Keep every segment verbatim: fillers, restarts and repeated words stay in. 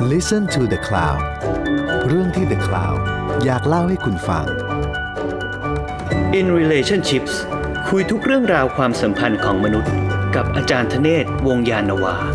Listen to the Cloud เรื่องที่ The Cloud อยากเล่าให้คุณฟัง In Relationships คุยทุกเรื่องราวความสัมพันธ์ของมนุษย์กับอาจารย์ธเนศ วงศ์ยานนาวา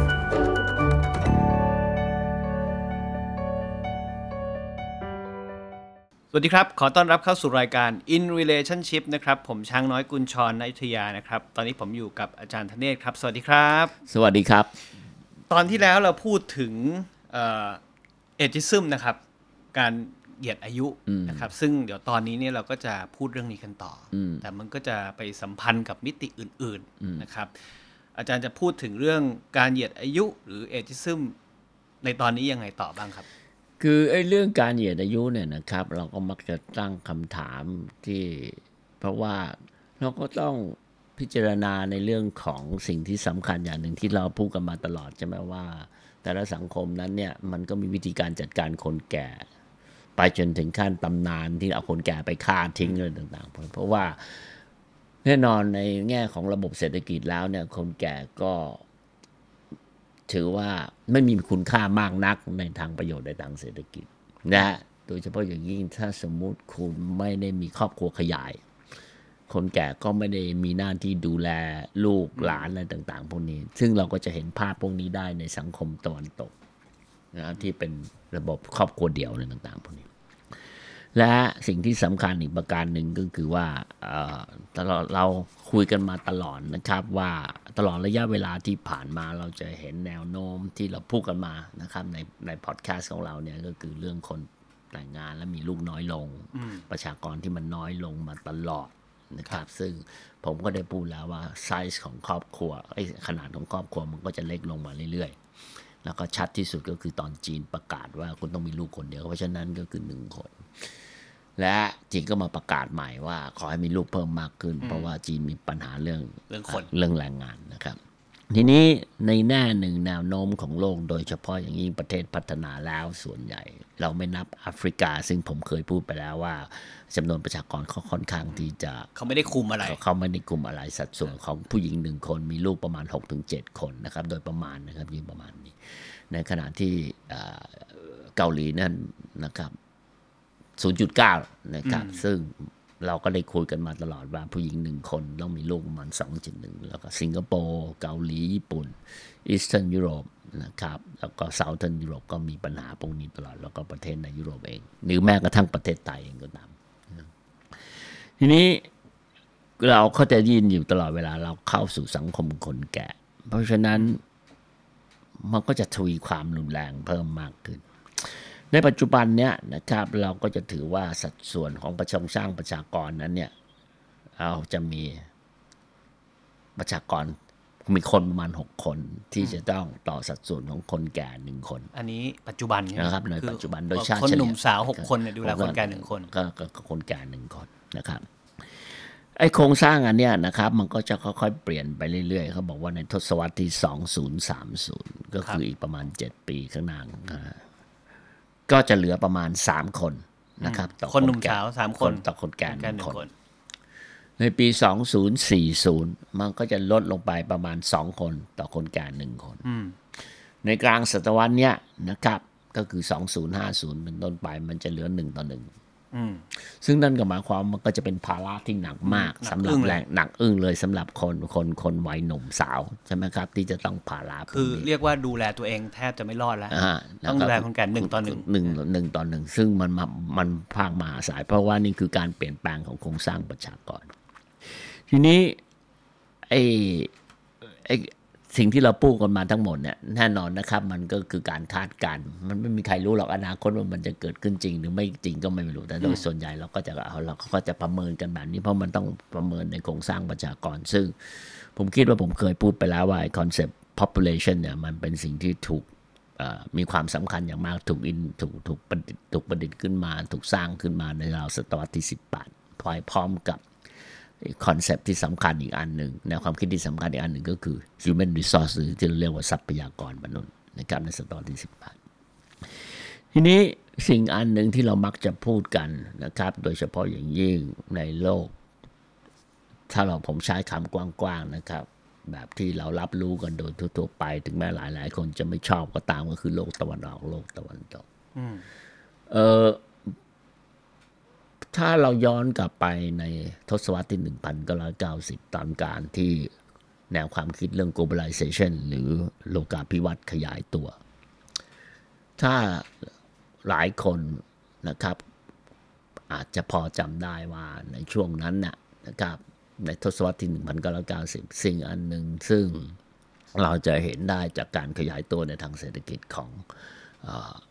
สวัสดีครับขอต้อนรับเข้าสู่รายการ In Relationship นะครับผมช้างน้อยกุลชร ณ อยุธยานะครับตอนนี้ผมอยู่กับอาจารย์ธเนศครับสวัสดีครับสวัสดีครับตอนที่แล้วเราพูดถึงเอ่อเอจิซึมนะครับการเหยียดอายุนะครับซึ่งเดี๋ยวตอนนี้เนี่ยเราก็จะพูดเรื่องนี้กันต่อแต่มันก็จะไปสัมพันธ์กับมิติอื่นๆนะครับอาจารย์จะพูดถึงเรื่องการเหยียดอายุหรือเอจิซึมในตอนนี้ยังไงต่อบ้างครับคือไอ้เรื่องการเหยียดอายุเนี่ยนะครับเราก็มักจะตั้งคำถามที่เพราะว่าเราก็ต้องพิจารณาในเรื่องของสิ่งที่สำคัญอย่างหนึ่งที่เราพูดกันมาตลอดใช่ไหมว่าแต่ละสังคมนั้นเนี่ยมันก็มีวิธีการจัดการคนแก่ไปจนถึงขั้นตำนานที่เอาคนแก่ไปฆ่าทิ้งอะไรต่างๆเพราะว่าแน่นอนในแง่ของระบบเศรษฐกิจแล้วเนี่ยคนแก่ก็ถือว่าไม่มีคุณค่ามากนักในทางประโยชน์ในทางเศรษฐกิจนะฮะโดยเฉพาะอย่างยิ่งถ้าสมมุติคุณไม่ได้มีครอบครัวขยายคนแก่ก็ไม่ได้มีหน้าที่ดูแลลูกหลานอะไรต่างๆพวกนี้ซึ่งเราก็จะเห็นภาพพวกนี้ได้ในสังคมตะวันตกนะที่เป็นระบบครอบครัวเดี่ยวอะไรต่างๆพวกนี้และสิ่งที่สำคัญอีกประการหนึ่งก็คือว่าตลอดเราคุยกันมาตลอดนะครับว่าตลอดระยะเวลาที่ผ่านมาเราจะเห็นแนวโน้มที่เราพูดกันมานะครับในในพอดแคสต์ของเราเนี่ยก็คือเรื่องคนแต่งงานและมีลูกน้อยลงประชากรที่มันน้อยลงมาตลอดนะครับซึ่งผมก็ได้พูดแล้วว่าไซส์ของครอบครัวไอ้ขนาดของครอบครัวมันก็จะเล็กลงมาเรื่อยๆแล้วก็ชัดที่สุดก็คือตอนจีนประกาศว่าคุณต้องมีลูกคนเดียวเพราะฉะนั้นก็คือหนึ่งคนและจีนก็มาประกาศใหม่ว่าขอให้มีลูกเพิ่มมากขึ้นเพราะว่าจีนมีปัญหาเรื่องเรื่องคนเรื่องแรงงานนะครับทีนี้ในแง่หนึ่งแนวโน้มของโลกโดยเฉพาะอย่างยิ่งประเทศพัฒนาแล้วส่วนใหญ่เราไม่นับแอฟริกาซึ่งผมเคยพูดไปแล้วว่าจำนวนประชากรเขาค่อนข้างที่จะเขาไม่ได้คุมอะไรเขาไม่ได้คุมอะไรสัดส่วนของผู้หญิงหนึ่งคนมีลูกประมาณ หกถึงเจ็ด คนนะครับโดยประมาณนะครับยิ่งประมาณนี้ในขณะที่เกาหลีนั่นนะครับศูนย์จุดเก้า นะครับซึ่งเราก็ได้คุยกันมาตลอดว่าผู้หญิงหนึ่งคนต้องมีลูกประมาณ สองจุดหนึ่ง แล้วก็สิงคโปร์เกาหลีญี่ปุ่นอีสเทิร์นยุโรปนะครับแล้วก็เซาเทิร์นยุโรปก็มีปัญหาพวกนี้ตลอดแล้วก็ประเทศในยุโรปเองหรือแม้กระทั่งประเทศไทยเองก็ตามทีนี้เราก็จะยินอยู่ตลอดเวลาเราเข้าสู่สังคมคนแก่เพราะฉะนั้นมันก็จะทวีความรุนแรงเพิ่มมากขึ้นในปัจจุบันเนี้ยนะครับเราก็จะถือว่าสัดส่วนของประชาสร้างประชากรนั้นเนี่ยเราจะมีประชากรมีคนประมาณหกคนที่จะต้องต่อสัดส่วนของคนแก่หนึ่งคนอันนี้ปัจจุบันนะครับในปัจจุบันโดยชาติคนหนุ่มสาวหกคนเนี่ยดูแลคนแก่หนึ่งคนก็ก็คนแก่หนึ่งคนนะครับไอ้โครงสร้างอันเนี้ยนะครับมันก็จะค่อยๆเปลี่ยนไปเรื่อยๆเขาบอกว่าในทศวรรษที่สองพันสามสิบก็คืออีกประมาณเจ็ดปีข้างหน้าก็จะเหลือประมาณสามคนนะครับต่อคนหนุ่มสาวสามคนต่อคนแก่หนึ่งคนในปีสองพันสี่สิบมันก็จะลดลงไปประมาณสองคนต่อคนแก่หนึ่งคนในกลางศตวรรษเนี้ยนะครับก็คือสองพันห้าสิบเป็นต้นไปมันจะเหลือหนึ่งต่อหนึ่งซึ่งนั่นก็หมายความมันก็จะเป็นภาระที่หนักมากสำหรับแรงหนักอึ้งเลยสำหรับคนคนคนวัยหนุ่มสาวใช่ไหมครับที่จะต้องภาระคือเรียกว่าดูแลตัวเองแทบจะไม่รอดแล้วต้องดูแลคนแก่หนึ่งต่อหนึ่งหนึ่งหนึ่งต่อหนึ่งซึ่งมันมันภาคมหาศาลเพราะว่านี่คือการเปลี่ยนแปลงของโครงสร้างประชากรทีนี้ไอ้ไอ้สิ่งที่เราพูดกันมาทั้งหมดเนี่ยแน่นอนนะครับมันก็คือการคาดการณ์มันไม่มีใครรู้หรอกอนาคตว่ามันจะเกิดขึ้นจริงหรือไม่จริงก็ไม่รู้แต่โดยส่วนใหญ่เราก็จะเอาเราก็จะประเมินกันแบบนี้เพราะมันต้องประเมินในโครงสร้างประชากรซึ่งผมคิดว่าผมเคยพูดไปแล้วว่าคอนเซปต์ population เนี่ยมันเป็นสิ่งที่ถูกมีความสำคัญอย่างมากถูกอินถูกถูกประดิษฐ์ถูกประดิษฐ์ขึ้นมาถูกสร้างขึ้นมาในราวศตวรรษที่สิบแปดพร้อมกับคอนเซปต์ที่สำคัญอีกอันหนึ่งแนวความคิดที่สำคัญอีกอันหนึ่งก็คือ human resource หรือที่เราเรียกว่าทรัพยากรมนุษย์นะครับในศตวรรษที่สิบแปดทีนี้สิ่งอันหนึ่งที่เรามักจะพูดกันนะครับโดยเฉพาะอย่างยิ่งในโลกถ้าเราผมใช้คำกว้างๆนะครับแบบที่เรารับรู้กันโดยทั่วๆไปถึงแม้หลายๆคนจะไม่ชอบก็ตามก็คือโลกตะวันออกโลกตะวันตกเออถ้าเราย้อนกลับไปในทศวรรษที่หนึ่งพันเก้าร้อยเก้าสิบตอนการที่แนวความคิดเรื่อง globalization หรือโลกาภิวัตน์ขยายตัวถ้าหลายคนนะครับอาจจะพอจำได้ว่าในช่วงนั้นน่ะนะครับในทศวรรษที่หนึ่งพันเก้าร้อยเก้าสิบสิ่งอันหนึ่งซึ่งเราจะเห็นได้จากการขยายตัวในทางเศรษฐกิจของเอ่อ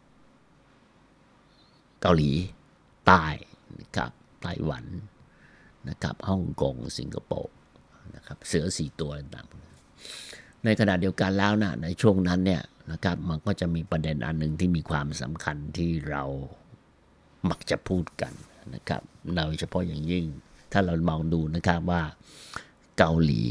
เกาหลีใต้นะครับไต้หวันนะครับฮ่องกงสิงคโปร์นะครับเสือสี่ตัวต่างๆในขณะเดียวกันแล้วนะในช่วงนั้นเนี่ยนะครับมันก็จะมีประเด็นอันหนึ่งที่มีความสำคัญที่เรามักจะพูดกันนะครับโดยเฉพาะอย่างยิ่งถ้าเรามองดูนะครับว่าเกาหลี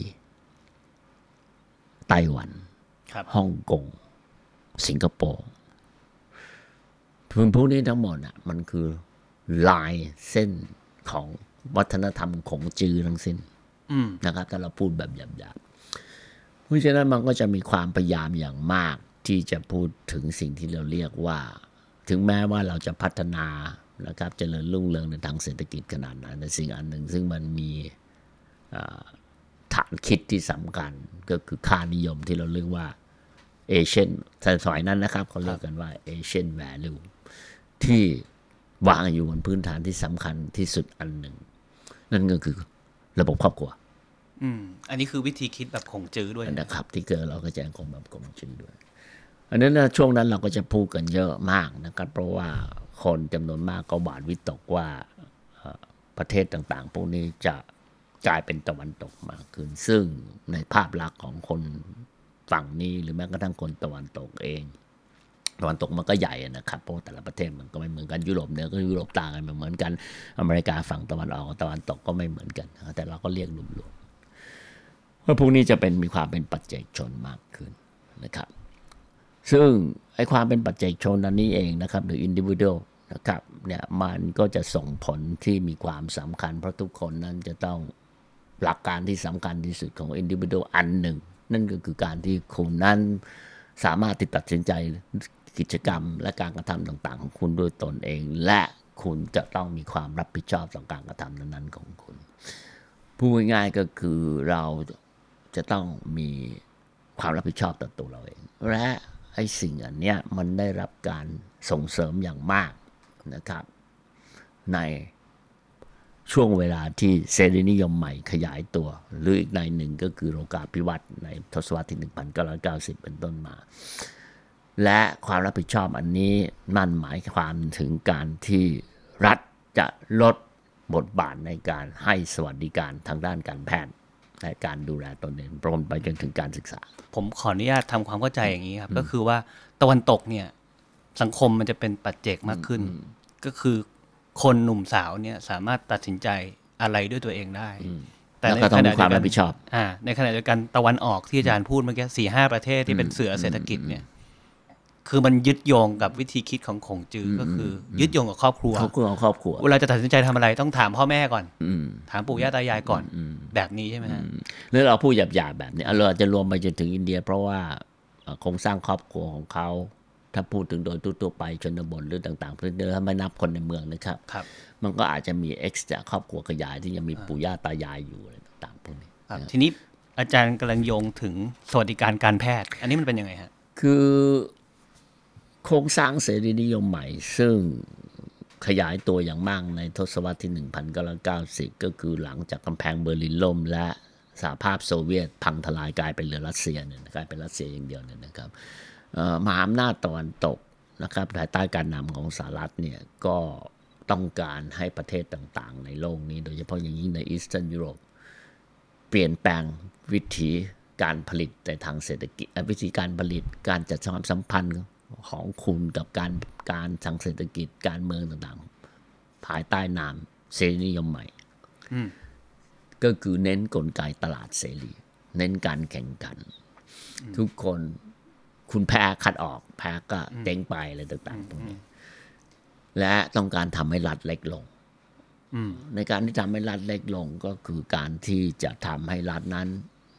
ไต้หวันฮ่องกงสิงคโปร์พวกนี้ทั้งหมดอ่ะมันคือลายเส้นของวัฒนธรรมของจือทั้งสิ้นนะครับถ้าเราพูดแบบหยาบๆเพราะฉะนั้นมันก็จะมีความพยายามอย่างมากที่จะพูดถึงสิ่งที่เราเรียกว่าถึงแม้ว่าเราจะพัฒนานะครับเจริญรุ่งเรืองในทางเศรษฐกิจขนาดนั้นในสิ่งอันหนึ่งซึ่งมันมีฐานคิดที่สำคัญก็คือค่านิยมที่เราเรียกว่าเอเชียนสมัยนั้นนะครับเขาเรียกกันว่าเอเชียนแวลูที่วางอยู่บนพื้นฐานที่สำคัญที่สุดอันหนึ่งนั่นก็คือระบบครอบครัวอืมอันนี้คือวิธีคิดแบบของจื้อด้วยนะครับที่เกิดเราก็จะคงแบบของจื้อด้วยอันนั้นนะช่วงนั้นเราก็จะพูดกันเยอะมากนะครับเพราะว่าคนจำนวนมากก็บาดวิตกว่าประเทศต่างๆพวกนี้จะกลายเป็นตะวันตกมากขึ้นซึ่งในภาพลักษณ์ของคนฝั่งนี้หรือแม้กระทั่งคนตะวันตกเองตะวันตกมันก็ใหญ่นะครับเพราะแต่ละประเทศมันก็ไม่เหมือนกันยุโรปเหนือก็ยุโรปต่างกันไม่เหมือนกันอเมริกาฝั่งตะวันออกตะวันตกก็ไม่เหมือนกันแต่เราก็เรียกรวมๆว่าพวกนี้จะเป็นมีความเป็นปัจเจกชนมากขึ้นนะครับซึ่งไอ้ความเป็นปัจเจกชนอันนี้เองนะครับหรือ individual นะครับเนี่ยมันก็จะส่งผลที่มีความสำคัญเพราะทุกคนนั้นจะต้องหลักการที่สำคัญที่สุดของ individual อันหนึ่งนั่นก็คือการที่คุณนั้นสามารถที่ตัดสินใจกิจกรรมและการกระทำต่างๆของคุณด้วยตนเองและคุณจะต้องมีความรับผิดชอบต่อการกระทำนั้นๆของคุณพูดง่ายๆก็คือเราจะต้องมีความรับผิดชอบต่อตัวเราเองและไอ้สิ่งอันเนี้ยมันได้รับการส่งเสริมอย่างมากนะครับในช่วงเวลาที่เสรีนิยมใหม่ขยายตัวหรืออีกในหนึ่งก็คือโลกาภิวัตน์ในทศวรรษที่หนึ่งพันเก้าร้อยเก้าสิบเป็นต้นมาและความรับผิดชอบอันนี้นั่นหมายความถึงการที่รัฐจะลดบทบาทในการให้สวัสดิการทางด้านการแพทย์และการดูแลตนเองรวมไปจนถึงการศึกษาผมขออนุญาตทำความเข้าใจอย่างนี้ครับก็คือว่าตะวันตกเนี่ยสังคมมันจะเป็นปัจเจกมากขึ้นก็คือคนหนุ่มสาวเนี่ยสามารถตัดสินใจอะไรด้วยตัวเองได้แต่ในขณะเดียวกันความรับผิดชอบอ่าในขณะเดียวกันตะวันออกที่อาจารย์พูดเมื่อกี้สี่ห้าประเทศที่เป็นเสือเศรษฐกิจเนี่ยคือมันยึดโยงกับวิธีคิดของคงจื้อก็คือยึดโยงกับครอบครัวครอบครัวครอบครัวเวลาจะตัดสินใจทำอะไรต้องถามพ่อแม่ก่อนถามปู่ย่าตายายก่อนแบบนี้ใช่ไหมฮะหรือเราพูดหยาบๆแบบนี้เราจะรวมไปจนถึงอินเดียเพราะว่าโครงสร้างครอบครัวของเขาถ้าพูดถึงโดยทั่วๆไปชนบทหรือต่างๆเพื่อถ้าไม่นับคนในเมืองนะครับมันก็อาจจะมี X จากครอบครัวขยายที่ยังมีปู่ย่าตายายอยู่อะไรต่างๆพวกนี้ทีนี้อาจารย์กำลังโยงถึงสวัสดิการการแพทย์อันนี้มันเป็นยังไงฮะคือโครงสร้างเสรีนิยมใหม่ซึ่งขยายตัวอย่างมากในทศวรรษที่หนึ่งพันเก้าร้อยเก้าสิบก็คือหลังจากกำแพงเบอร์ลินล่มและสหภาพโซเวียตพังทลายกลายเป็นเหลือรัสเซียเนี่ยกลายเป็นรัสเซียอย่างเดียวเนี่ยนะครับมหาอำนาจตะวันตกนะครับภายใต้การนำของสหรัฐเนี่ยก็ต้องการให้ประเทศต่างๆในโลกนี้โดยเฉพาะอย่างยิ่งในอีสเทิร์นยุโรปเปลี่ยนแปลงวิธีการผลิตในทางเศรษฐกิจวิธีการผลิตการจัดความสัมพันธ์ของคุณกับการการทางเศรษฐกิจการเมืองต่างๆภายใต้นามเสรีนิยมใหม่ก็คือเน้นกลไกตลาดเสรีเน้นการแข่งขันทุกคนคุณแพ้คัดออกแพ้ก็เจ๊งไปอะไรต่างๆพวกนี้และต้องการทำให้รัฐเล็กลงในการที่ทำให้รัฐเล็กลงก็คือการที่จะทำให้รัฐนั้น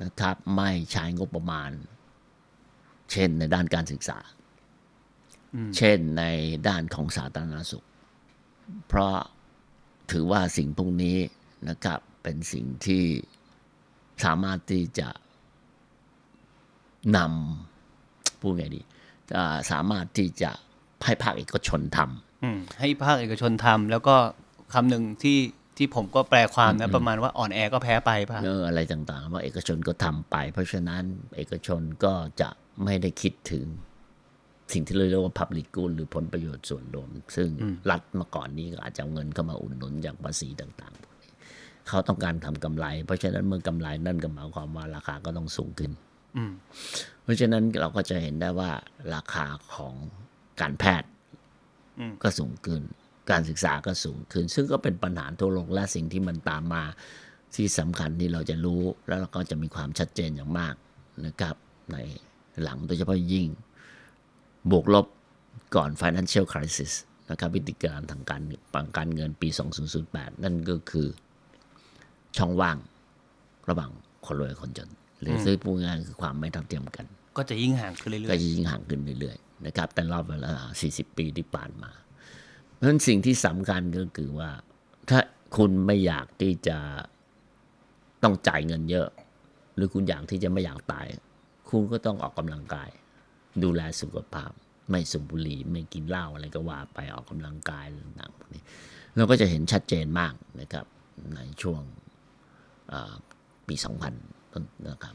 นะครับไม่ใช้งบประมาณเช่นในด้านการศึกษาเช่นในด้านของสาธารณสุขเพราะถือว่าสิ่งพวกนี้นะครับเป็นสิ่งที่สามารถที่จะนำพูดไงดีสามารถที่จะให้ภาคเอกชนทำให้ภาคเอกชนทำแล้วก็คำหนึ่งที่ที่ผมก็แปลความนะประมาณว่าอ่อนแอก็แพ้ไปป่ะเอออะไรต่างๆว่าเอกชนก็ทำไปเพราะฉะนั้นเอกชนก็จะไม่ได้คิดถึงสิ่งที่เรียกว่า public good หรือผลประโยชน์ส่วนรวมซึ่งรัฐเมื่อก่อนนี้ก็อาจจะเอาเงินเข้ามาอุดหนุนจากภาษีต่างๆเขาต้องการทำกำไรเพราะฉะนั้นเมื่อกำไรนั่นก็หมายความว่าราคาก็ต้องสูงขึ้นเพราะฉะนั้นเราก็จะเห็นได้ว่าราคาของการแพทย์ก็สูงขึ้นการศึกษาก็สูงขึ้นซึ่งก็เป็นปัญหาทั่วโลกและสิ่งที่มันตามมาที่สำคัญที่เราจะรู้แล้วเราก็จะมีความชัดเจนอย่างมากนะครับในหลังโดยเฉพาะยิ่งบวกลบก่อน financial crisis นะครับวิธีการทางการการเงินปีสองพันแปดนั่นก็คือช่องว่างระหว่างคนรวยคนจนหรือซึ่งพูดง่ายๆคือความไม่เท่าเทียมกันก็จะยิ่งห่างขึ้นเรื่อยๆก็จะยิ่งห่างขึ้นเรื่อยๆนะครับแต่รอบเวลาสี่สิบปีที่ผ่านมาเพราะฉะนั้นสิ่งที่สำคัญก็คือว่าถ้าคุณไม่อยากที่จะต้องจ่ายเงินเยอะหรือคุณอยากที่จะไม่อยากตายคุณก็ต้องออกกำลังกายดูแลสุขภาพไม่สูบบุหรี่ไม่กินเหล้าอะไรก็ว่าไปออกกำลังกายต่างๆพวกนี้เราก็จะเห็นชัดเจนมากนะครับในช่วงปีสองพันต้นนะครับ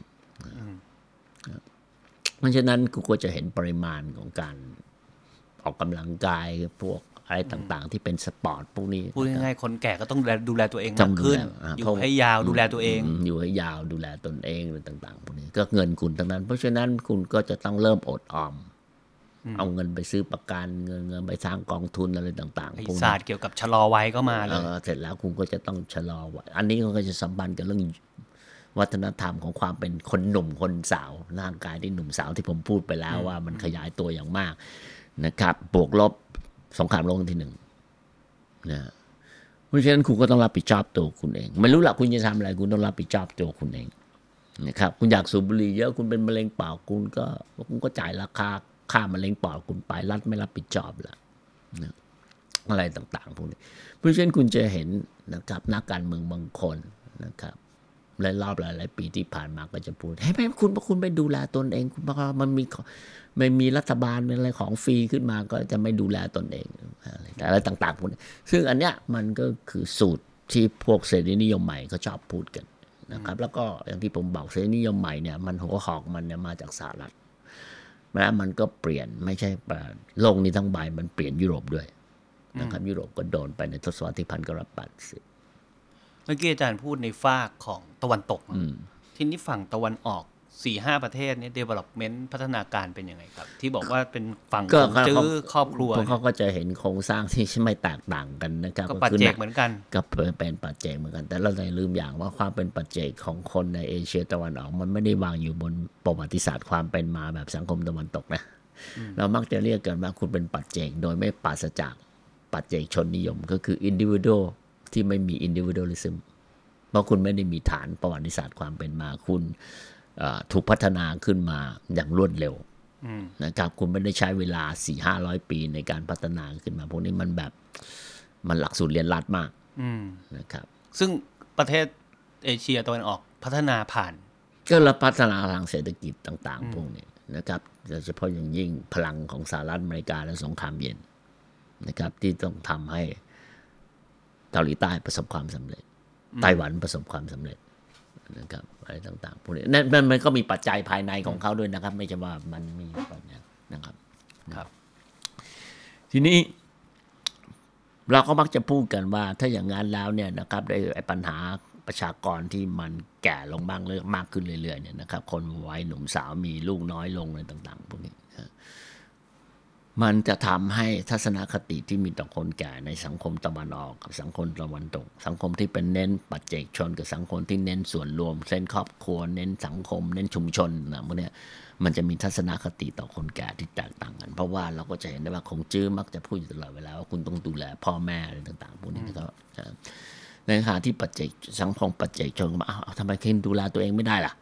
เพราะฉะนั้นกูก็จะเห็นปริมาณของการออกกำลังกายพวกอะไรต่างๆที่เป็นสปอร์ตพวกนี้พูดง่ายๆคนแก่ก็ต้องดูแลตัวเองมากขึ้นอยู่ให้ยาวดูแลตัวเองอยู่ให้ยาวดูแลตนเองอะไรต่างๆพวกนี้ก็เงินคุณทั้งนั้นเพราะฉะนั้นคุณก็จะต้องเริ่มอดออมเอาเงินไปซื้อประกันเงินเงินไปสร้างกองทุนอะไรต่างๆพวกนี้ศาสตร์เกี่ยวกับชะลอวัยก็มาเลยเสร็จแล้วคุณก็จะต้องชะลอวัยอันนี้ก็จะสัมพันธ์กับเรื่องวัฒนธรรมของความเป็นคนหนุ่มคนสาวร่างกายที่หนุ่มสาวที่ผมพูดไปแล้วว่ามันขยายตัวอย่างมากนะครับบวกลบสงครามโลกที่หนึ่งนะเพราะฉะนั้นคุณก็ต้องรับผิดชอบตัวคุณเองไม่รู้หลักคุณจะทำอะไรคุณต้องรับผิดชอบตัวคุณเองนะครับคุณอยากสูบบุหรี่เยอะคุณเป็นมะเร็งปอดคุณก็คุณก็จ่ายราคาค่ามะเร็งปอดคุณไปรัฐไม่รับผิดชอบละนะอะไรต่างๆพวกนี้เพราะฉะนั้นคุณจะเห็นนะครับนักการเมืองบางคนนะครับหลายรอบหลายๆปีที่ผ่านมาก็จะพูดให้hey, คุณคุณไปดูแลตนเองคุณเพราะมันมีไม่มีรัฐบาลเป็นอะไรของฟรีขึ้นมาก็จะไม่ดูแลตนเองอะไรต่างๆพวกนี้ซึ่งอันเนี้ยมันก็คือสูตรที่พวกเสรีนิยมใหม่เขาชอบพูดกันนะครับแล้วก็อย่างที่ผมบอกเสรีนิยมใหม่เนี่ยมันหัวหอกมันเนี่ยมาจากสหรัฐแล้วมันก็เปลี่ยนไม่ใช่โลกนี้ทั้งใบมันเปลี่ยนยุโรปด้วยนะครับยุโรปก็โดนไปในทศวรรษที่พันเก้าร้อยแปดสิบเมื่อกี้อาจารย์พูดในฝากของตะวันตกทีนี้ฝั่งตะวันออก สี่ห้า ประเทศนี้ development พัฒนาการเป็นยังไงครับที่บอกว่าเป็นฝั่งของจื้อครอบครัวพวกเขาก็จะเห็นโครงสร้างที่ไม่แตกต่างกันนะครับก็ปัจเจกเหมือนกันก็เป็นปัจเจกเหมือนกันแต่เราอย่าลืมอย่างว่าความเป็นปัจเจกของคนในเอเชียตะวันออกมันไม่ได้วางอยู่บนประวัติศาสตร์ความเป็นมาแบบสังคมตะวันตกนะเรามักจะเรียกกันว่าคุณเป็นปัจเจกโดยไม่ปราศจากปัจเจกชนนิยมก็คือ individual ที่ไม่มี individualism เพราะคุณไม่ได้มีฐานประวัติศาสตร์ความเป็นมาคุณถูกพัฒนาขึ้นมาอย่างรวดเร็วนะครับคุณไม่ได้ใช้เวลา สี่ห้าร้อย ปีในการพัฒนาขึ้นมาพวกนี้มันแบบมันหลักสูตรเรียนรัดมากนะครับซึ่งประเทศเอเชียตะวันออกพัฒนาผ่านก็ระพัฒนาทางเศรษฐกิจต่างๆพวกนี้นะครับโดยเฉพาะอย่างยิ่งพลังของสหรัฐอเมริกาและสงครามเย็นนะครับที่ต้องทำให้เกาหลีใต้ประสบความสำเร็จไต้หวันประสบความสำเร็จนะครับอะไรต่างๆพวกนี้นั่นมันก็มีปัจจัยภายในของเขาด้วยนะครับไม่ใช่ว่ามันมีแบบนี้นะครับครับทีนี้เราก็มักจะพูดกันว่าถ้าอย่างนั้นแล้วเนี่ยนะครับไอ้ปัญหาประชากรที่มันแก่ลงบ้างเรื่อยมากขึ้นเรื่อยๆเนี่ยนะครับคนวัยหนุ่มสาวมีลูกน้อยลงอะไรต่างๆพวกนี้มันจะทำให้ทัศนคติที่มีต่อคนแก่ในสังคมตะวันออกกับสังคมตะวันตกสังคมที่เป็นเน้นปัจเจกชนกับสังคมที่เน้นส่วนรวมเส้นครอบครัวเน้นสังคมเน้นชุมชนนะพวกนี้มันจะมีทัศนคติต่อคนแก่ที่แตกต่างกันเพราะว่าเราก็จะเห็นได้ว่าคงจื้อมักจะพูดอยู่ตลอดเวลาว่าคุณต้องดูแลพ่อแม่อะไรต่างๆพวกนี้นะครับในขณะที่ปัจเจกสังคมปัจเจกชนมาอ้าวทำไมคุณดูแลตัวเองไม่ได้ล่ะ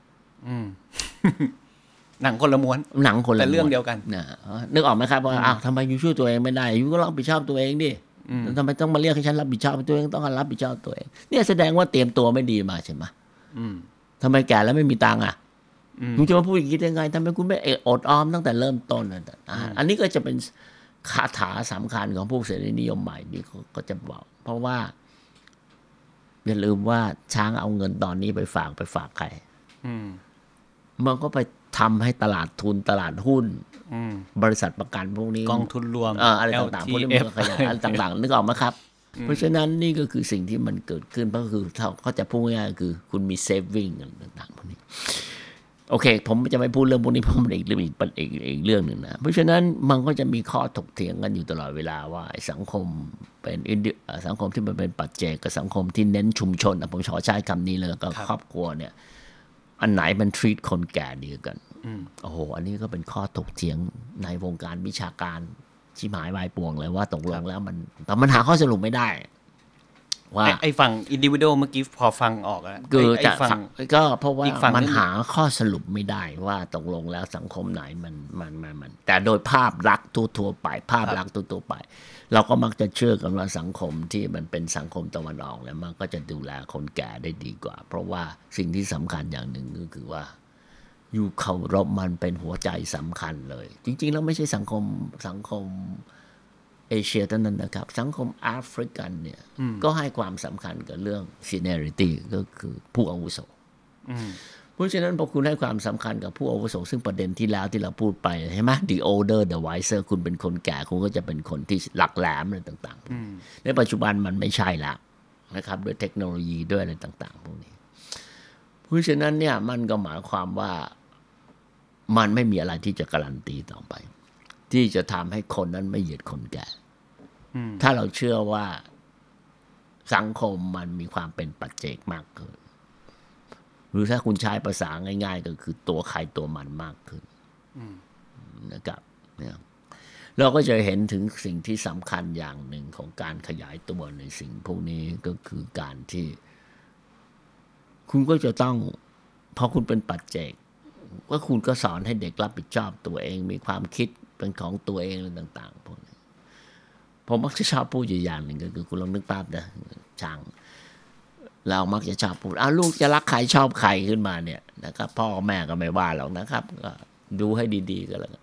อืม หนังคนละม้วนหนังคนละแต่เรื่องเดียวกันนะนึกออกไหมครับว่าอ้าวทำไมยูช่วยตัวเองไม่ได้ยูก็รับผิดชอบตัวเองดิทำไมต้องมาเรียกให้ฉันรับผิดชอบตัวเองต้องการรับผิดชอบตัวเองเนี่ยแสดงว่าเตรียมตัวไม่ดีมาใช่ไหมทำไมแก่แล้วไม่มีตังค์อ่ะคุณจะมาพูดอย่างนี้ได้ไงทำไมคุณไม่อดออมตั้งแต่เริ่มต้นอ่ะอันนี้ก็จะเป็นคาถาสำคัญของพวกเสรีนิยมใหม่นี่ก็จะบอกเพราะว่าอย่าลืมว่าช้างเอาเงินตอนนี้ไปฝากไปฝากใครมันก็ไปทำให้ตลาดทุนตลาดหุ้นบริษัทประกันพวกนี้กองทุนรวมอะไรต่างๆพวกนี้มันก็ขยายอะไรต่างๆนึกออกไหมครับเพราะฉะนั้นนี่ก็คือสิ่งที่มันเกิดขึ้นก็คือเขาจะพูดง่ายๆคือคุณมีเซฟวิ่งต่างๆพวกนี้โอเคผมจะไม่พูดเรื่องพวกนี้เพราะมันอีกเรื่องอีกอีกอีกเรื่องหนึ่งนะเพราะฉะนั้นมันก็จะมีข้อถกเถียงกันอยู่ตลอดเวลาว่าสังคมเป็นสังคมที่มันเป็นปัจเจกกับสังคมที่เน้นชุมชนผมขอใช้คำนี้เลยก็ครอบครัวเนี่ยอันไหนมัน treat คนแก่ดีกันโอ้โหอันนี้ก็เป็นข้อถกเถียงในวงการวิชาการชิบหายวายป่วงเลยว่าตกลงแล้วมันแต่มันหาข้อสรุปไม่ได้ว่าไอ้ฝั่งอินดิวิโดเมื่อกี้พอฟังออกแล้วคือจะก็เพราะว่ามันหาข้อสรุปไม่ได้ว่าตกลงแล้วสังคมไหนมันมันมันมันแต่โดยภาพลักษณ์ทั่วๆไปภาพลักษณ์ทั่วๆไปเราก็มักจะเชื่อกันว่าสังคมที่มันเป็นสังคมตะวันออกแล้วมันก็จะดูแลคนแก่ได้ดีกว่าเพราะว่าสิ่งที่สำคัญอย่างหนึ่งก็คือว่าอยู่เคารพมันเป็นหัวใจสำคัญเลยจริงๆแล้วไม่ใช่สังคมสังคมเอเชียเท่านั้นนะครับสังคมแอฟริกันเนี่ยก็ให้ความสำคัญกับเรื่อง seniority ก็คือผู้อาวุโสเพราะฉะนั้นพอคุณให้ความสำคัญกับผู้อาวุโสซึ่งประเด็นที่แล้วที่เราพูดไปใช่ไหม the older the wiser คุณเป็นคนแก่คุณก็จะเป็นคนที่หลักแหลมอะไรต่างๆในปัจจุบันมันไม่ใช่แล้วนะครับด้วยเทคโนโลยีด้วยอะไรต่างๆพวกนี้เพราะฉะนั้นเนี่ยมันก็หมายความว่ามันไม่มีอะไรที่จะการันตีต่อไปที่จะทำให้คนนั้นไม่เหยียดคนแก่ถ้าเราเชื่อว่าสังคมมันมีความเป็นปัจเจกมากขึ้นหรือถ้าคุณใช้ภาษาง่ายๆก็คือตัวใครตัวมันมากขึ้นนะครับเนี่ยเราก็จะเห็นถึงสิ่งที่สำคัญอย่างหนึ่งของการขยายตัวในสิ่งพวกนี้ก็คือการที่คุณก็จะต้องพอคุณเป็นปัจเจกว่าคุณก็สอนให้เด็กรับผิดชอบตัวเองมีความคิดเป็นของตัวเองอะไรต่างๆพวกนี้ผมมักจะชอบพูดอยู่อย่างหนึ่งก็คือคุณลองนึกภาพนะช่างเรามักจะชอบพูดอ้าวลูกจะรักใครชอบใครขึ้นมาเนี่ยนะครับพ่อแม่ก็ไม่ว่าหรอกนะครับก็ดูให้ดีๆก็แล้วกัน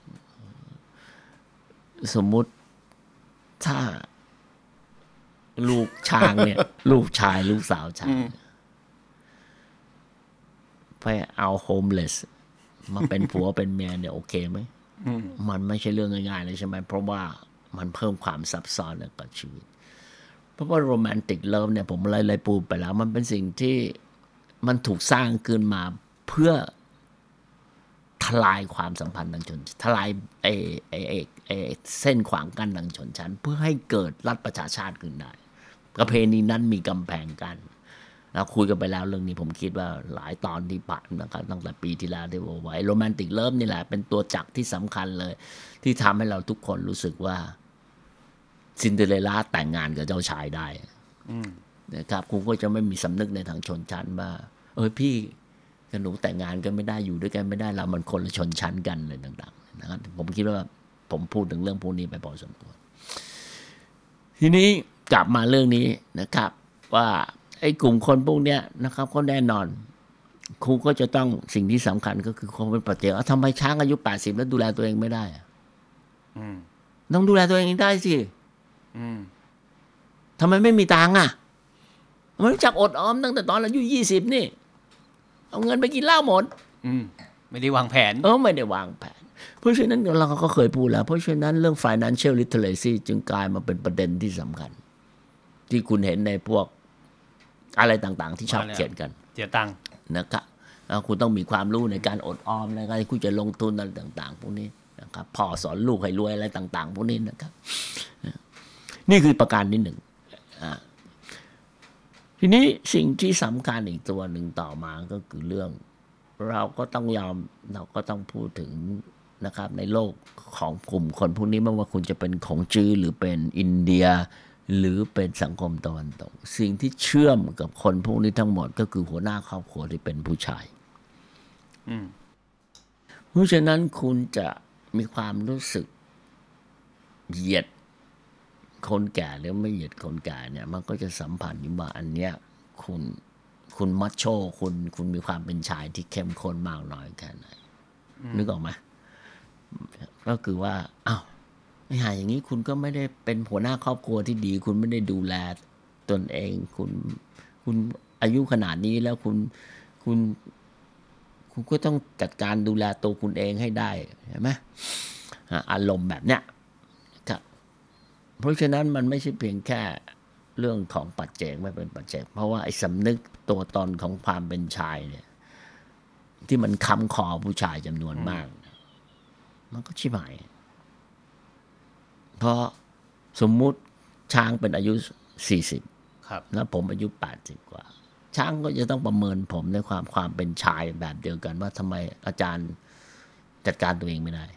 สมมุติถ้าลูกช้างเนี่ยลูกชายลูกสาวช้างไปเอาโฮมเลสมาเป็นผัวเป็นเมียเนี่ยโอเคไหมมันไม่ใช่เรื่องง่ายๆเลยใช่ไหมเพราะว่ามันเพิ่มความซับซ้อนกับชีวิตเพราะว่าโรแมนติกเลิฟเนี่ยผมเลยเลยปูไปแล้วมันเป็นสิ่งที่มันถูกสร้างขึ้นมาเพื่อทลายความสัมพันธ์ทางชนทลายไอ้ไอ้ไอ้ไอ้เส้นขวางกั้นทางชนชั้นเพื่อให้เกิดรัฐประชาชาติขึ้นได้ประเพณีนั้นมีกำแพงกั้นเราคุยกันไปแล้วเรื่องนี้ผมคิดว่าหลายตอนที่ผ่านนะครับตั้งแต่ปีที่แล้วที่บอกไว้โรแมนติกเลิฟนี่แหละเป็นตัวจักรที่สำคัญเลยที่ทำให้เราทุกคนรู้สึกว่าซินเดอเรลล่าแต่งงานกับเจ้าชายได้นะครับคุณก็จะไม่มีสำนึกในทางชนชั้นว่าเออพี่กับหนูแต่งงานกันไม่ได้อยู่ด้วยกันไม่ได้เรามันคนละชนชั้นกันเลยต่างๆนะครับผมคิดว่าผมพูดถึงเรื่องพวกนี้ไปพอสมควรทีนี้กลับมาเรื่องนี้นะครับว่าไอ้กลุ่มคนพวกเนี้ยนะครับก็แน่นอนครูก็จะต้องสิ่งที่สำคัญก็คือคงเป็นปัจเจกทำไมช้างอายุแปดสิบแล้วดูแลตัวเองไม่ได้ต้องดูแลตัวเองได้สิทำไมไม่มีตังค์อ่ะมันรู้จักอดออมตั้งแต่ตอนอายุยี่สิบนี่เอาเงินไปกินเหล้าหมดไม่ได้วางแผนเออไม่ได้วางแผนเพราะฉะนั้นเราก็เคยพูดแล้วเพราะฉะนั้นเรื่อง financial literacy จึงกลายมาเป็นประเด็นที่สำคัญที่คุณเห็นในพวกอะไรต่างๆที่ชอบเขียนกันเสียตังค์นะครับคุณต้องมีความรู้ในการอดออมในการคุณจะลงทุนอะไรต่างๆพวกนี้นะครับพ่อสอนลูกให้รวยอะไรต่างๆพวกนี้นะครับนี่คือประการที่หนึ่งทีนี้สิ่งที่สำคัญอีกตัวหนึ่งต่อมาก็คือเรื่องเราก็ต้องยอมเราก็ต้องพูดถึงนะครับในโลกของกลุ่มคนพวกนี้ไม่ว่าคุณจะเป็นของจีนหรือเป็นอินเดียหรือเป็นสังคมตะวันตกสิ่งที่เชื่อมกับคนพวกนี้ทั้งหมดก็คือหัวหน้าครอบครัวที่เป็นผู้ชายเพราะฉะนั้นคุณจะมีความรู้สึกเหยียดคนแก่หรือไม่เหยียดคนแก่เนี่ยมันก็จะสัมผัสว่าอันเนี้ยคุณคุณมัชโชคุณคุณมีความเป็นชายที่เข้มข้นมากน้อยแค่ไหนนึกออกไหมก็คือว่าอ้าวไอ้ห่าอย่างนี้คุณก็ไม่ได้เป็นหัวหน้าครอบครัวที่ดีคุณไม่ได้ดูแลตนเองคุณคุณอายุขนาดนี้แล้วคุณคุณคุณก็ต้องจัดการดูแลตัวคุณเองให้ได้ใช่ไหมอารมณ์แบบเนี้ยครับเพราะฉะนั้นมันไม่ใช่เพียงแค่เรื่องของปัจเจกไม่เป็นปัจเจกเพราะว่าไอ้สำนึกตัวตนของความเป็นชายเนี่ยที่มันค้ำคอผู้ชายจำนวนมากมันก็ชิบหายเพราะสมมุติช้างเป็นอายุสี่สิบแล้วผมอายุแปดสิบกว่าช้างก็จะต้องประเมินผมในความความเป็นชายแบบเดียวกันว่าทำไมอาจารย์จัดการตัวเองไม่ได้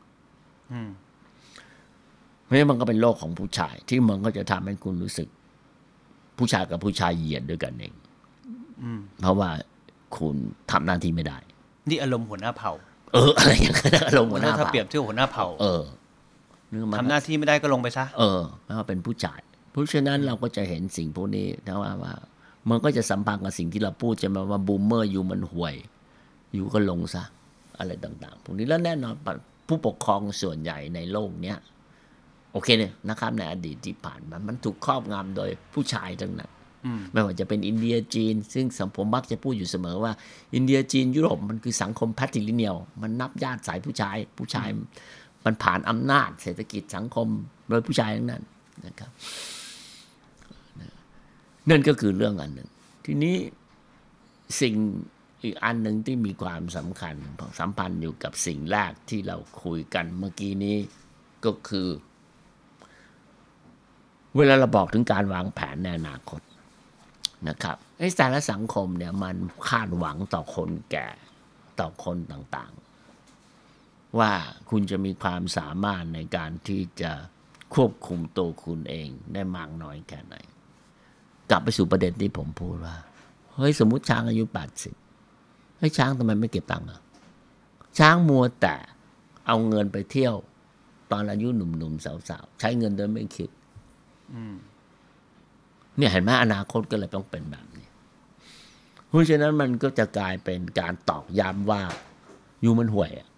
เพราะฉะนั้นมันก็เป็นโลกของผู้ชายที่มันก็จะทำให้คุณรู้สึกผู้ชายกับผู้ชายเหยียดด้วยกันเองเพราะว่าคุณทำหน้าที่ไม่ได้นี่อารมณ์หัวหน้าเผ่าเอออะไรอย่างเงี้ยอารมณ์หัวหน้าเผ่าถ้าเปรียบเทียบหัวหน้าเผ่าเออทำหน้าที่ไม่ได้ก็ลงไปซะเออเพราะว่าเป็นผู้ชายเพราะฉะนั้นเราก็จะเห็นสิ่งพวกนี้นะว่าว่ามันก็จะสัมพันธ์กับสิ่งที่เราพูดจะมาว่าบูมเมอร์อยู่มันห่วยอยู่ก็ลงซะอะไรต่างๆพวกนี้แล้วแน่นอนผู้ปกครองส่วนใหญ่ในโลกเนี้ยโอเคเนี่ยนะครับในอดีตที่ผ่านมามันถูกครอบงำโดยผู้ชายทั้งนั้นไม่ว่าจะเป็นอินเดียจีนซึ่งสังคมมักจะพูดอยู่เสมอว่าอินเดียจีนยุโรปมันคือสังคมแพทริลิเนียลมันนับญาติสายผู้ชายผู้ชายมันผ่านอำนาจเศรษฐกิจสังคมโดยผู้ชายทั้งนั้นนะครับนั่นก็คือเรื่องอันหนึ่งทีนี้สิ่งอีกอันหนึ่งที่มีความสำคัญสัมพันธ์อยู่กับสิ่งแรกที่เราคุยกันเมื่อกี้นี้ก็คือเวลาเราบอกถึงการวางแผนในอนาคตนะครับไอ้แต่ละสังคมเนี่ยมันคาดหวังต่อคนแก่ต่อคนต่างๆว่าคุณจะมีความสามารถในการที่จะควบคุมตัวคุณเองได้มากน้อยแค่ไหนกลับไปสู่ประเด็นที่ผมพูดว่าเฮ้ยสมมุติช้างอายุแปดสิบเฮ้ยช้างทำไมไม่เก็บตังค์อ่ะช้างมัวแต่เอาเงินไปเที่ยวตอนอายุหนุ่มๆสาวๆใช้เงินโดยไม่คิดเนี่ยเห็นไหมอนาคตก็เลยต้องเป็นแบบนี้เพราะฉะนั้นมันก็จะกลายเป็นการตอกย้ำว่าอยู่มันห่วยอ่ะ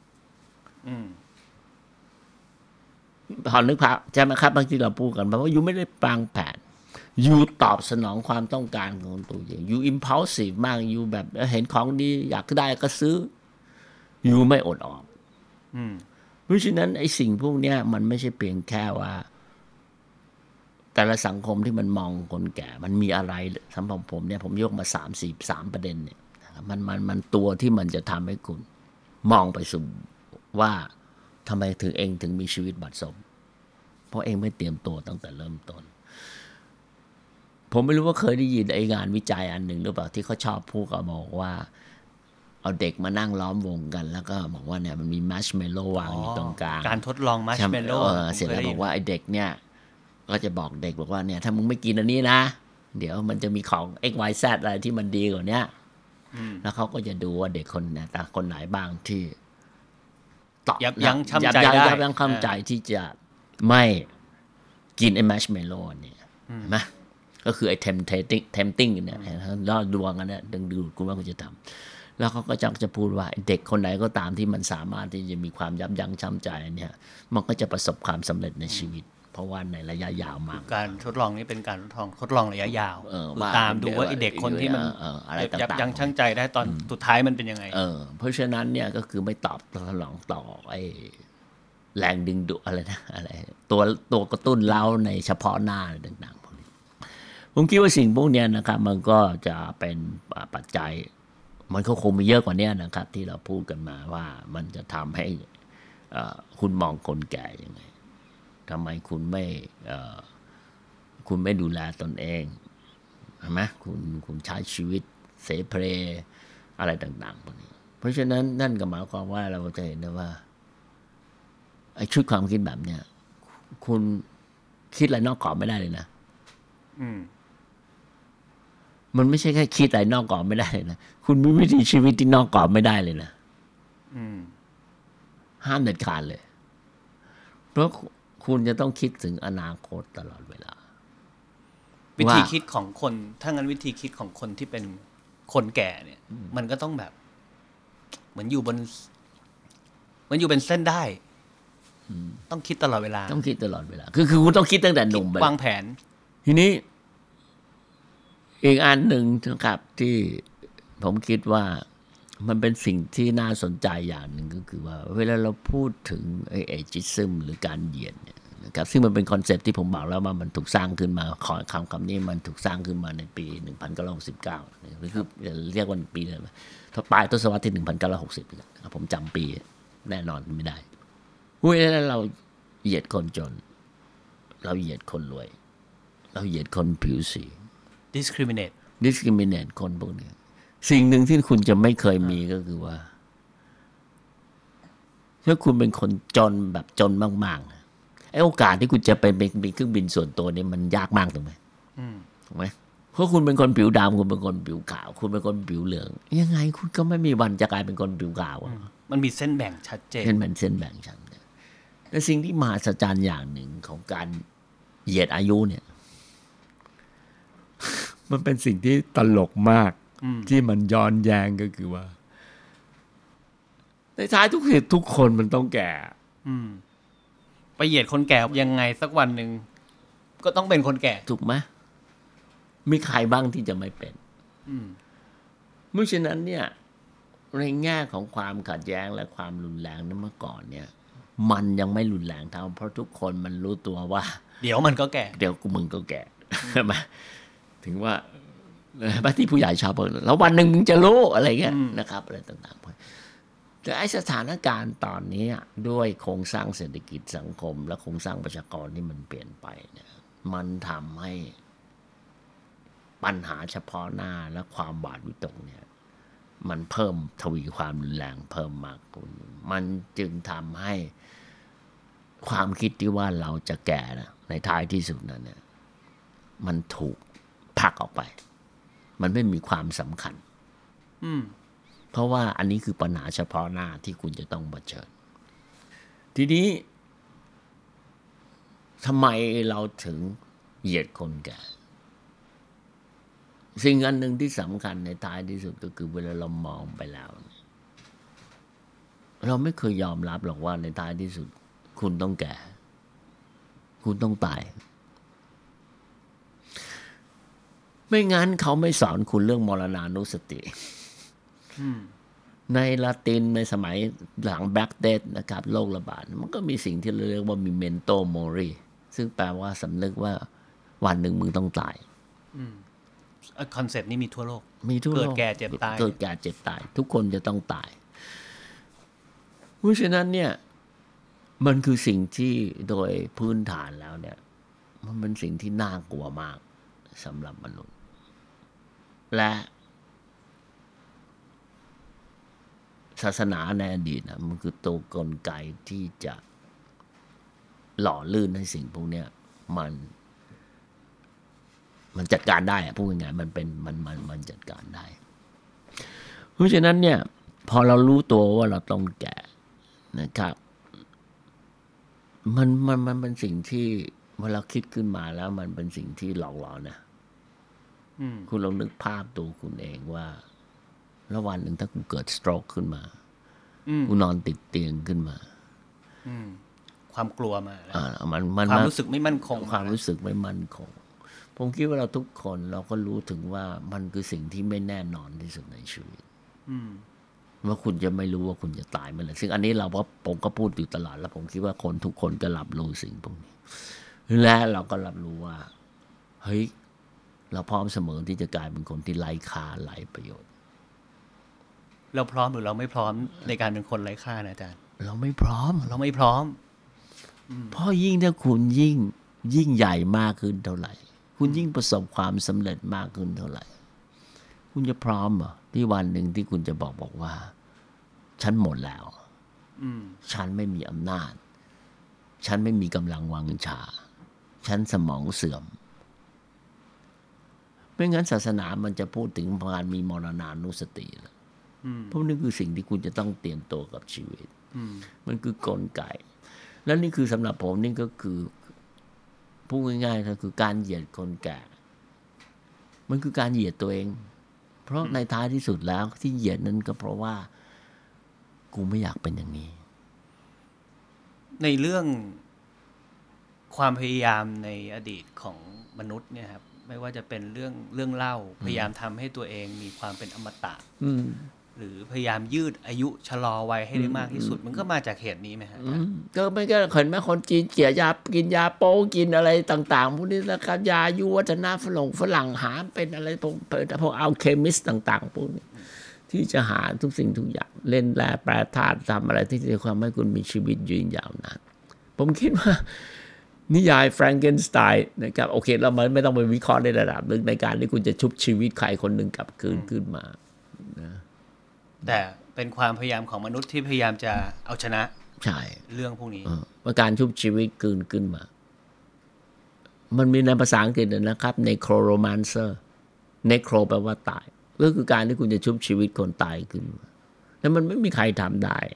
พอนึกภาพใช่ไหมครับบางทีเราพูดกันเพราะว่าอยู่ไม่ได้วางแผนอยู่ตอบสนองความต้องการของตัวเองอยู่ impulsive มากอยู่แบบเห็นของดีอยากได้ก็ซื้ออยู่ไม่อดออมเพราะฉะนั้นไอ้สิ่งพวกนี้มันไม่ใช่เพียงแค่ว่าแต่ละสังคมที่มันมองคนแก่มันมีอะไรสำหรับผมเนี่ยผมยกมาสามสี่สามประเด็นเนี่ยมันมันมันตัวที่มันจะทำให้คุณมองไปสู่ว่าทำไมถึงเองถึงมีชีวิตบัดซบเพราะเองไม่เตรียมตัวตั้งแต่เริ่มต้นผมไม่รู้ว่าเคยได้ยินไอ้งานวิจัยอันหนึ่งหรือเปล่าที่เขาชอบพูดกันบอกว่าเอาเด็กมานั่งล้อมวงกันแล้วก็บอกว่าเนี่ยมันมีมัชเมลโล่วางอยู่ตรงกลางการทดลองมัชเมลโล่เสร็จแล้วบอกว่าไอ้เด็กเนี่ยก็จะบอกเด็กบอกว่าเนี่ยถ้ามึงไม่กินอันนี้นะเดี๋ยวมันจะมีของ x y z อะไรที่มันดีกว่านี้แล้วเขาก็จะดูว่าเด็กคนไหนแต่คนไหนบ้างที่ตอบยับยั้งชั่งใจได้ยับยั้งชั่งใจที่จะไม่กินไอ้มัชเมลโล่เนี่ยเห็นไหมก็คือไอ้ tempting tempting เนี่ยล่อลวงกันเนี่ยดึงดูดคุณว่าคุณจะทำแล้วเขาก็จะจะพูดว่าเด็กคนไหนก็ตามที่มันสามารถที่จะมีความยับยั้งชั่งใจเนี่ยมันก็จะประสบความสำเร็จในชีวิตเพราะว่าในระยะยาวมากการทดลองนี้เป็นการทดลองทดลองระยะยาวตามดูว่าไอ้เด็กคนที่มันยับยั้งชั่งใจได้ตอนสุดท้ายมันเป็นยังไงเออเพราะฉะนั้นเนี่ยก็คือไม่ตอบทดลองต่อไอ้แรงดึงดูดอะไรนะอะไรตัวตัวกระตุ้นเล้าในเฉพาะหน้าต่างๆพวกนี้ผมคิดว่าสิ่งพวกนี้นะครับมันก็จะเป็นปัจจัยมันก็คงมีเยอะกว่านี้นะครับที่เราพูดกันมาว่ามันจะทำให้คุณมองคนแก่ยังไงทำไมคุณไม่คุณไม่ดูแลตนเองใช่ไหมคุณคุณใช้ชีวิตเสเพลอะไรต่างๆพวกนี้เพราะฉะนั้นนั่นก็หมายความว่าเราจะเห็นได้ว่าไอ้ชุดความคิดแบบเนี้ยคุณคิดอะไรนอกกรอบไม่ได้เลยนะมันไม่ใช่แค่คิดอะไรนอกกรอบไม่ได้เลยนะคุณมีวิถีชีวิตที่นอกกรอบไม่ได้เลยนะห้ามเด็ดขาดเลยเพราะคุณจะต้องคิดถึงอนาคตตลอดเวลาวิธีคิดของคนถ้างั้นวิธีคิดของคนที่เป็นคนแก่เนี่ยมันก็ต้องแบบเหมือนอยู่บนเหมือนอยู่เป็นเส้นได้ต้องคิดตลอดเวลาต้องคิดตลอดเวลาคือคือคุณต้องคิดตั้งแต่หนุ่มวางแผนทีนี้อีกอันหนึ่งนะครับที่ผมคิดว่ามันเป็นสิ่งที่น่าสนใจอย่างหนึ่งก็คือว่าเวลาเราพูดถึงไอ้เอจิซึมหรือการเหยียดเนี่ยนะครับซึ่งมันเป็นคอนเซ็ปต์ที่ผมบอกแล้วว่ามันถูกสร้างขึ้นมาขอคำคำนี้มันถูกสร้างขึ้นมาในปีหนึ่งพันเก้าร้อยหกสิบเก้าคือเรียกว่าปีเลยปลายทศวรรษที่หนึ่งพันเก้าร้อยหกสิบนะครับผมจำปีแน่นอนไม่ได้เวลาเราเหยียดคนจนเราเหยียดคนรวยเราเหยียดคนผิวสี discriminate discriminate คนพวกนี้สิ่งหนึ่งที่คุณจะไม่เคยมีก็คือว่าถ้าคุณเป็นคนจนแบบจนมากๆไอ้โอกาสที่คุณจะไปมีเครื่องบินส่วนตัวนี่มันยากมากถูกไหมถูกไหมเพราะคุณเป็นคนผิวดำคุณเป็นคนผิวขาวคุณเป็นคนผิวเหลืองยังไงคุณก็ไม่มีวันจะกลายเป็นคนผิวขาวมันมีเส้นแบ่งชัดเจนเส้นแบ่งเส้นแบ่งชัดแต่สิ่งที่มหัศจรรย์อย่างหนึ่งของการเหยียดอายุเนี่ยมันเป็นสิ่งที่ตลกมากที่มันย้อนแย้งก็คือว่าในท้ายทุกเหตุทุกคนมันต้องแก่ไปเหยียดคนแก่ยังไงสักวันหนึ่งก็ต้องเป็นคนแก่ถูกไหมมีใครบ้างที่จะไม่เป็นเมื่อฉะนั้นเนี่ยในแง่ของความขัดแย้งและความรุนแรงนั้นเมื่อก่อนเนี่ยมันยังไม่รุนแรงเท่าเพราะทุกคนมันรู้ตัวว่าเดี๋ยวมันก็แก่เดี๋ยวกูมึงก็แก่ใช่ไหมถึงว่าบางที่ผู้ใหญ่ชอบบอกแล้ววันหนึ่งมึงจะรู้อะไรเงี้ยนะครับอะไรต่างๆแต่ไอ้สถานการณ์ตอนนี้ด้วยโครงสร้างเศรษฐกิจสังคมและโครงสร้างประชากรที่มันเปลี่ยนไปเนี่ยมันทำให้ปัญหาเฉพาะหน้าและความบาดวิตกเนี่ยมันเพิ่มทวีความรุนแรงเพิ่มมากขึ้นมันจึงทำให้ความคิดที่ว่าเราจะแก่นะในท้ายที่สุดนั้นเนี่ยมันถูกผลักออกไปมันไม่มีความสำคัญเพราะว่าอันนี้คือปัญหาเฉพาะหน้าที่คุณจะต้องเผชิญทีนี้ทำไมเราถึงเหยียดคนแก่สิ่งอันหนึ่งที่สำคัญในท้ายที่สุดก็คือเวลาเรามองไปแล้วเราไม่เคยยอมรับหรอกว่าในท้ายที่สุดคุณต้องแก่คุณต้องตายไม่งั้นเขาไม่สอนคุณเรื่องมรณานุสติในละตินในสมัยหลังแบล็กเดธนะครับโรคระบาดมันก็มีสิ่งที่เรียกว่ามีเมนโตโมรีซึ่งแปลว่าสำนึกว่าวันหนึ่งมึงต้องตายคอนเซปต์นี้มีทั่วโลกมีทั่วโลกเกิดแก่เจ็บตายเกิดแก่เจ็บตายทุกคนจะต้องตายเพราะฉะนั้นเนี่ยมันคือสิ่งที่โดยพื้นฐานแล้วเนี่ยมันเป็นสิ่งที่น่ากลัวมากสำหรับมนุษย์และศาสนาในอดีตนะมันคือตัวกลไกที่จะหล่อลื่นให้สิ่งพวกนี้มันมันจัดการได้อะพูดง่ายๆมันเป็นมันมันมันจัดการได้เพราะฉะนั้นเนี่ยพอเรารู้ตัวว่าเราต้องแก่นะครับมันมันมันเป็นสิ่งที่เวลาคิดขึ้นมาแล้วมันเป็นสิ่งที่หลอกหลอนนะคุณลองนึกภาพตัวคุณเองว่าแล้ววันหนึ่งถ้าคุณเกิดสโตรกขึ้นมาคุณนอนติดเตียงขึ้นมาความกลัวมาอ่ามันมันความรู้สึกไม่มั่นคงความรู้สึกไม่มั่นคงผมคิดว่าเราทุกคนเราก็รู้ถึงว่ามันคือสิ่งที่ไม่แน่นอนที่สุดในชีวิตว่าคุณจะไม่รู้ว่าคุณจะตายเมื่อไหร่ซึ่งอันนี้เราก็ผมก็พูดอยู่ตลอดแล้วผมคิดว่าคนทุกคนก็รับรู้สิ่งพวกนี้และเราก็รับรู้ว่าเฮ้ยเราพร้อมเสมอที่จะกลายเป็นคนที่ไร้ค่าไร้ประโยชน์เราพร้อมหรือเราไม่พร้อมในการเป็นคนไร้ค่านะอาจารย์เราไม่พร้อมเราไม่พร้อมเพราะยิ่งถ้าคุณยิ่งยิ่งใหญ่มากขึ้นเท่าไหร่คุณยิ่งประสบความสำเร็จมากขึ้นเท่าไหร่คุณจะพร้อมเหรอที่วันหนึ่งที่คุณจะบอกบอกว่าฉันหมดแล้วฉันไม่มีอำนาจฉันไม่มีกำลังวังชาฉันสมองเสื่อมไม่งั้นศาสนามันจะพูดถึงการมีมรณานุสติเพราะนี่คือสิ่งที่คุณจะต้องเตรียมตัวกับชีวิตมันคือกลไกแล้วนี่คือสำหรับผมนี่ก็คือพูดง่ายๆก็คือการเหยียดคนแก่มันคือการเหยียดตัวเองเพราะในท้ายที่สุดแล้วที่เหยียดนั้นก็เพราะว่ากูไม่อยากเป็นอย่างนี้ในเรื่องความพยายามในอดีตของมนุษย์เนี่ยครับไม่ว่าจะเป็นเรื่องเรื่องเล่าพยายามทำให้ตัวเองมีความเป็นอมตะหรือพยายามยืดอายุชะลอวัยให้ได้มากที่สุดมันก็มาจากเหตุนี้ไหมฮะก็ไม่ก็เห็นไหมคนจีนเกลียยากินยาโป้กินอะไรต่างๆพวกนี้แล้วครับยาอายุวัฒนะฝรั่งฝรั่งหาเป็นอะไรพวกพวกอัลเคมิสต่างๆพวกนี้ที่จะหาทุกสิ่งทุกอย่างเล่นแร่แปรธาตุทำอะไรที่จะทำให้คุณมีชีวิตยืนยาวนานผมคิดว่านิยายแฟรงเกนสไตน์นะครับโอเคเราไม่ต้องไปวิเคราะห์ในระดับลึกในการที่คุณจะชุบชีวิตใครคนหนึ่งกลับคืนขึ้นมานะแต่เป็นความพยายามของมนุษย์ที่พยายามจะเอาชนะใช่เรื่องพวกนี้ว่าการชุบชีวิตคืนขึ้นมามันมีในภาษาอังกฤษนะครับ necromancer necro แปลว่าตายก็คือการที่คุณจะชุบชีวิตคนตายขึ้นมาแล้วมันไม่มีใครทำได้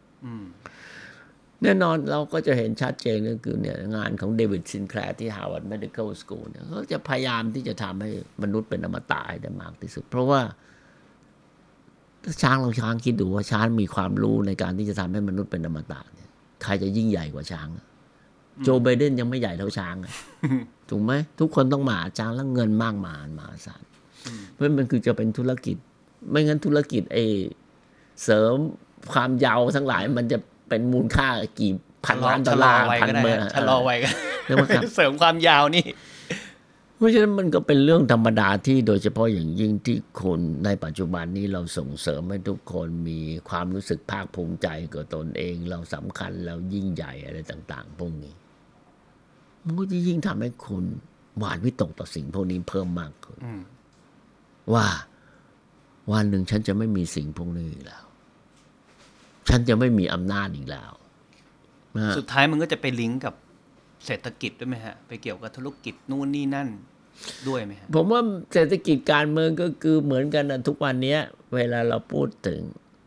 แน่นอนเราก็จะเห็นชัดเจนก็คือเนี่ยงานของเดวิดซินแคลร์ที่ Harvard Medical School เนี่ยเขาจะพยายามที่จะทำให้มนุษย์เป็นอมตะให้ได้มากที่สุดเพราะว่าถ้าช้างลองช้างคิดดูว่าช้างมีความรู้ในการที่จะทำให้มนุษย์เป็นอมตะเนี่ยใครจะยิ่งใหญ่กว่าช้างโจไบเดนยังไม่ใหญ่เท่าช้างถูกไหมทุกคนต้องมาช้างแล้วเงินมากมายมหาศาลเพราะมันคือจะเป็นธุรกิจไม่งั้นธุรกิจไอ้เสริมความยาวทั้งหลายมันจะเป็นมูลค่ากี่พันล้านดอลลาร์พันเมอร์ชะลอไว้กันเสริมความยาวนี่เพราะฉะนั้นมันก็เป็นเรื่องธรรมดาที่โดยเฉพาะอย่างยิ่งที่คนในปัจจุบันนี้เราส่งเสริมให้ทุกคนมีความรู้สึกภาคภูมิใจกับตนเองเราสำคัญเรายิ่งใหญ่อะไรต่างๆพวกนี้มันก็จะยิ่งทำให้คุณหวาดวิตกต่อสิ่งพวกนี้เพิ่มมากขึ้นว่าวันหนึ่งฉันจะไม่มีสิ่งพวกนี้อีกแล้วฉันจะไม่มีอำนาจอีกแล้วสุดท้ายมันก็จะไปลิงก์กับเศรษฐกิจด้วยไหมฮะไปเกี่ยวกับธุรกิจนู่นนี่นั่นด้วยไหมฮะผมว่าเศรษฐกิจการเมืองก็คือเหมือนกันนะทุกวันนี้เวลาเราพูดถึง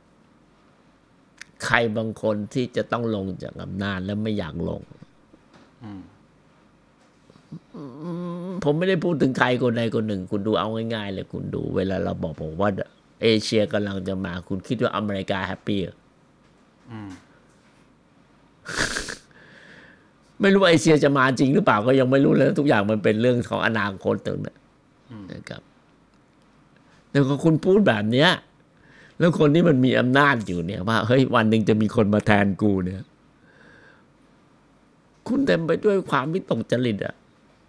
ใครบางคนที่จะต้องลงจากอำนาจแล้วไม่อยากลงผมไม่ได้พูดถึงใครคนใดคนหนึ่งคุณดูเอาง่ายๆเลยคุณดูเวลาเราบอกผมว่าเอเชียกำลังจะมาคุณคิดว่าอเมริกาแฮปปี้ไม่รู้ว่าเอเชียจะมาจริงหรือเปล่าก็ยังไม่รู้เลยทุกอย่างมันเป็นเรื่องของอนาคตตรงนั้นนะครับแต่พอคุณพูดแบบเนี้ยแล้วคนที่มันมีอำนาจอยู่เนี่ยว่าเฮ้ยวันหนึ่งจะมีคนมาแทนกูเนี่ยคุณเต็มไปด้วยความวิตกจริตอ่ะ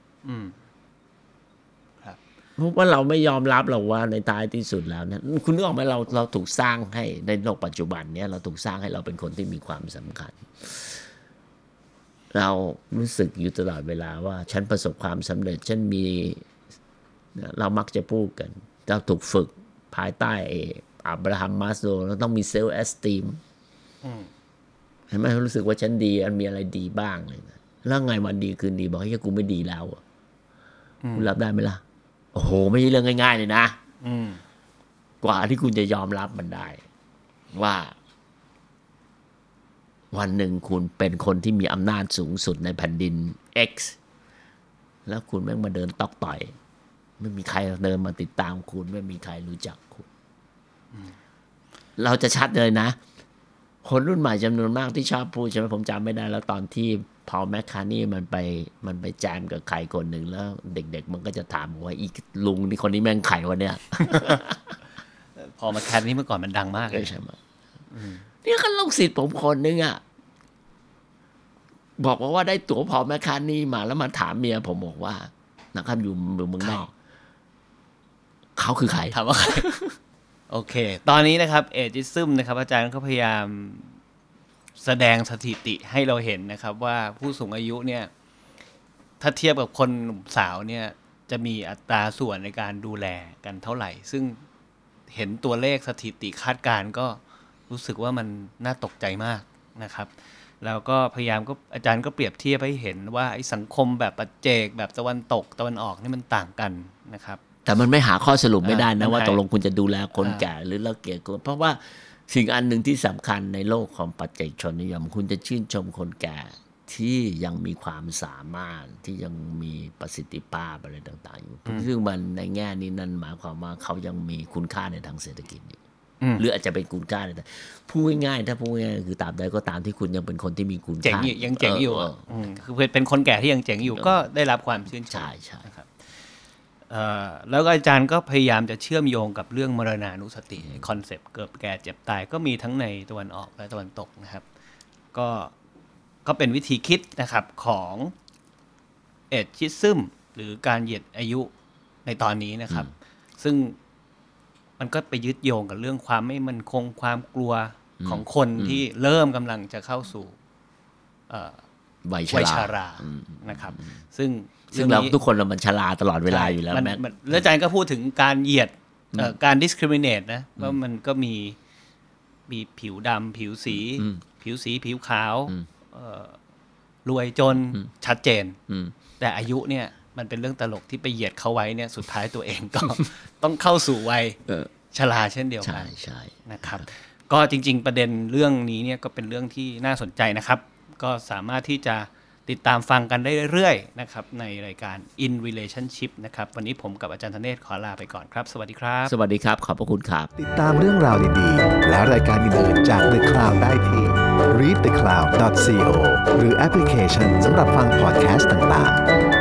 เพราะว่าเราไม่ยอมรับหรอกว่าในท้ายที่สุดแล้วนะคุณนึกออกไหมเราเราถูกสร้างให้ในโลกปัจจุบันเนี้ยเราถูกสร้างให้เราเป็นคนที่มีความสำคัญเรารู้สึกอยู่ตลอดเวลาว่าฉันประสบความสำเร็จฉันมีเรามักจะพูดกันเราถูกฝึกภายใต้อับราฮัมมัสโลว์เราต้องมีเซลฟ์เอสติมเห็นไหมรู้สึกว่าฉันดีมันมีอะไรดีบ้างเลยนะแล้วไงวันดีคืนดีบอกให้กูไม่ดีแล้วคุณรับได้ไหมล่ะโอ้โหไม่ใช่เรื่องง่ายๆเลยนะกว่าที่คุณจะยอมรับมันได้ว่าวันหนึ่งคุณเป็นคนที่มีอำนาจสูงสุดในแผ่นดิน X แล้วคุณแม่งมาเดินตอกต่อยไม่มีใครเดินมาติดตามคุณไม่มีใครรู้จักคุณเราจะชัดเลยนะคนรุ่นใหม่จำนวนมากที่ชอบพูดใช่ไหมผมจำไม่ได้แล้วตอนที่พอลแมคคาร์นี่มันไปมันไปแจมกับใครคนหนึ่งแล้วเด็กๆมันก็จะถามว่าอีลุงนี่คนนี้แม่งไขวะเนี่ยพอลแมคคาร์นี่เมื่อก่อนมันดังมากเลยใช่ไหมนี่ก็ลูกศิษย์ผมคนนึงอ่ะบอกว่าว่าได้ตั๋วพอลแมคคาร์นี่มาแล้วมาถามเมียผมบอกว่านะครับอยู่เมืองนอกเขาคือใครถามว่าใครโอเคตอนนี้นะครับเอจิซึมนะครับอาจารย์ก็พยายามแสดงสถิติให้เราเห็นนะครับว่าผู้สูงอายุเนี่ยถ้าเทียบกับคนหนุ่มสาวเนี่ยจะมีอัตราส่วนในการดูแลกันเท่าไหร่ซึ่งเห็นตัวเลขสถิติคาดการณ์ก็รู้สึกว่ามันน่าตกใจมากนะครับแล้วก็พยายามก็อาจารย์ก็เปรียบเทียบให้เห็นว่าไอ้สังคมแบบปัจเจกแบบตะวันตกตะวันออกนี่มันต่างกันนะครับแต่มันไม่หาข้อสรุปไม่ได้นะอ่าว่าใช่ตกลงคุณจะดูแลคนอ่าแก่หรือเราเกลียดคนเพราะว่าสิ่งอันหนึ่งที่สำคัญในโลกของปัจเจกชนนิยมคุณจะชื่นชมคนแก่ที่ยังมีความสามารถที่ยังมีประสิทธิภาพอะไรต่างๆอยู่ซึ่งมันในแง่นี้นั่นหมายความว่าเขายังมีคุณค่าในทางเศรษฐกิจอยู่หรืออาจจะเป็นคุณค่าในทางพูดง่ายๆถ้าพูดง่ายๆคือตราบใดก็ตามที่คุณยังเป็นคนที่มีคุณค่าเจ๋งอยู่ยังเจ๋งอยู่เอ่ะมคือเป็นคนแก่ที่ยังเจ๋งอยู่ก็ได้รับความชื่นชมใช่ใช่นะครับเอ่อแล้วก็อาจารย์ก็พยายามจะเชื่อมโยงกับเรื่องมรณานุสติคอนเซปต์เกิดแก่เจ็บตายก็มีทั้งในตะวันออกและตะวันตกนะครับก็ก็เป็นวิธีคิดนะครับของเอจจิซึมหรือการเหยียดอายุในตอนนี้นะครับซึ่งมันก็ไปยึดโยงกับเรื่องความไม่มั่นคงความกลัวของคนที่เริ่มกำลังจะเข้าสู่เอ่อวัยชวัยราชารานะครับซึ่งซึ่งเรานี้ทุกคนเรามันชราตลอดเวลาอยู่แล้วมันแม็กมันแล้วอาจารย์ก็พูดถึงการเหยียดเอ่อการ discriminate นะว่ามันก็มีมีผิวดำผิวสี ผิวสีผิวขาวเอ่อรวยจนชัดเจน แต่อายุเนี่ยมันเป็นเรื่องตลกที่ไปเหยียดเขาไว้เนี่ยสุดท้ายตัวเองก็ ต้องเข้าสู่วัยชราเช่นเดียวกัใช่นใช่นะครับก็จริงๆประเด็นเรื่องนี้เนี่ยก็เป็นเรื่องที่น่าสนใจนะครับก็สามารถที่จะติดตามฟังกันได้เรื่อยๆนะครับในรายการ In Relationship นะครับวันนี้ผมกับอาจารย์ธเนศขอลาไปก่อนครับสวัสดีครับสวัสดีครับขอบพระคุณครับติดตามเรื่องราวดีๆและรายการอื่นๆจาก The Cloud ได้ที่ รีด เดอะ คลาวด์ ดอท ซี โอ หรือแอปพลิเคชันสำหรับฟังพอดแคสต์ต่างๆ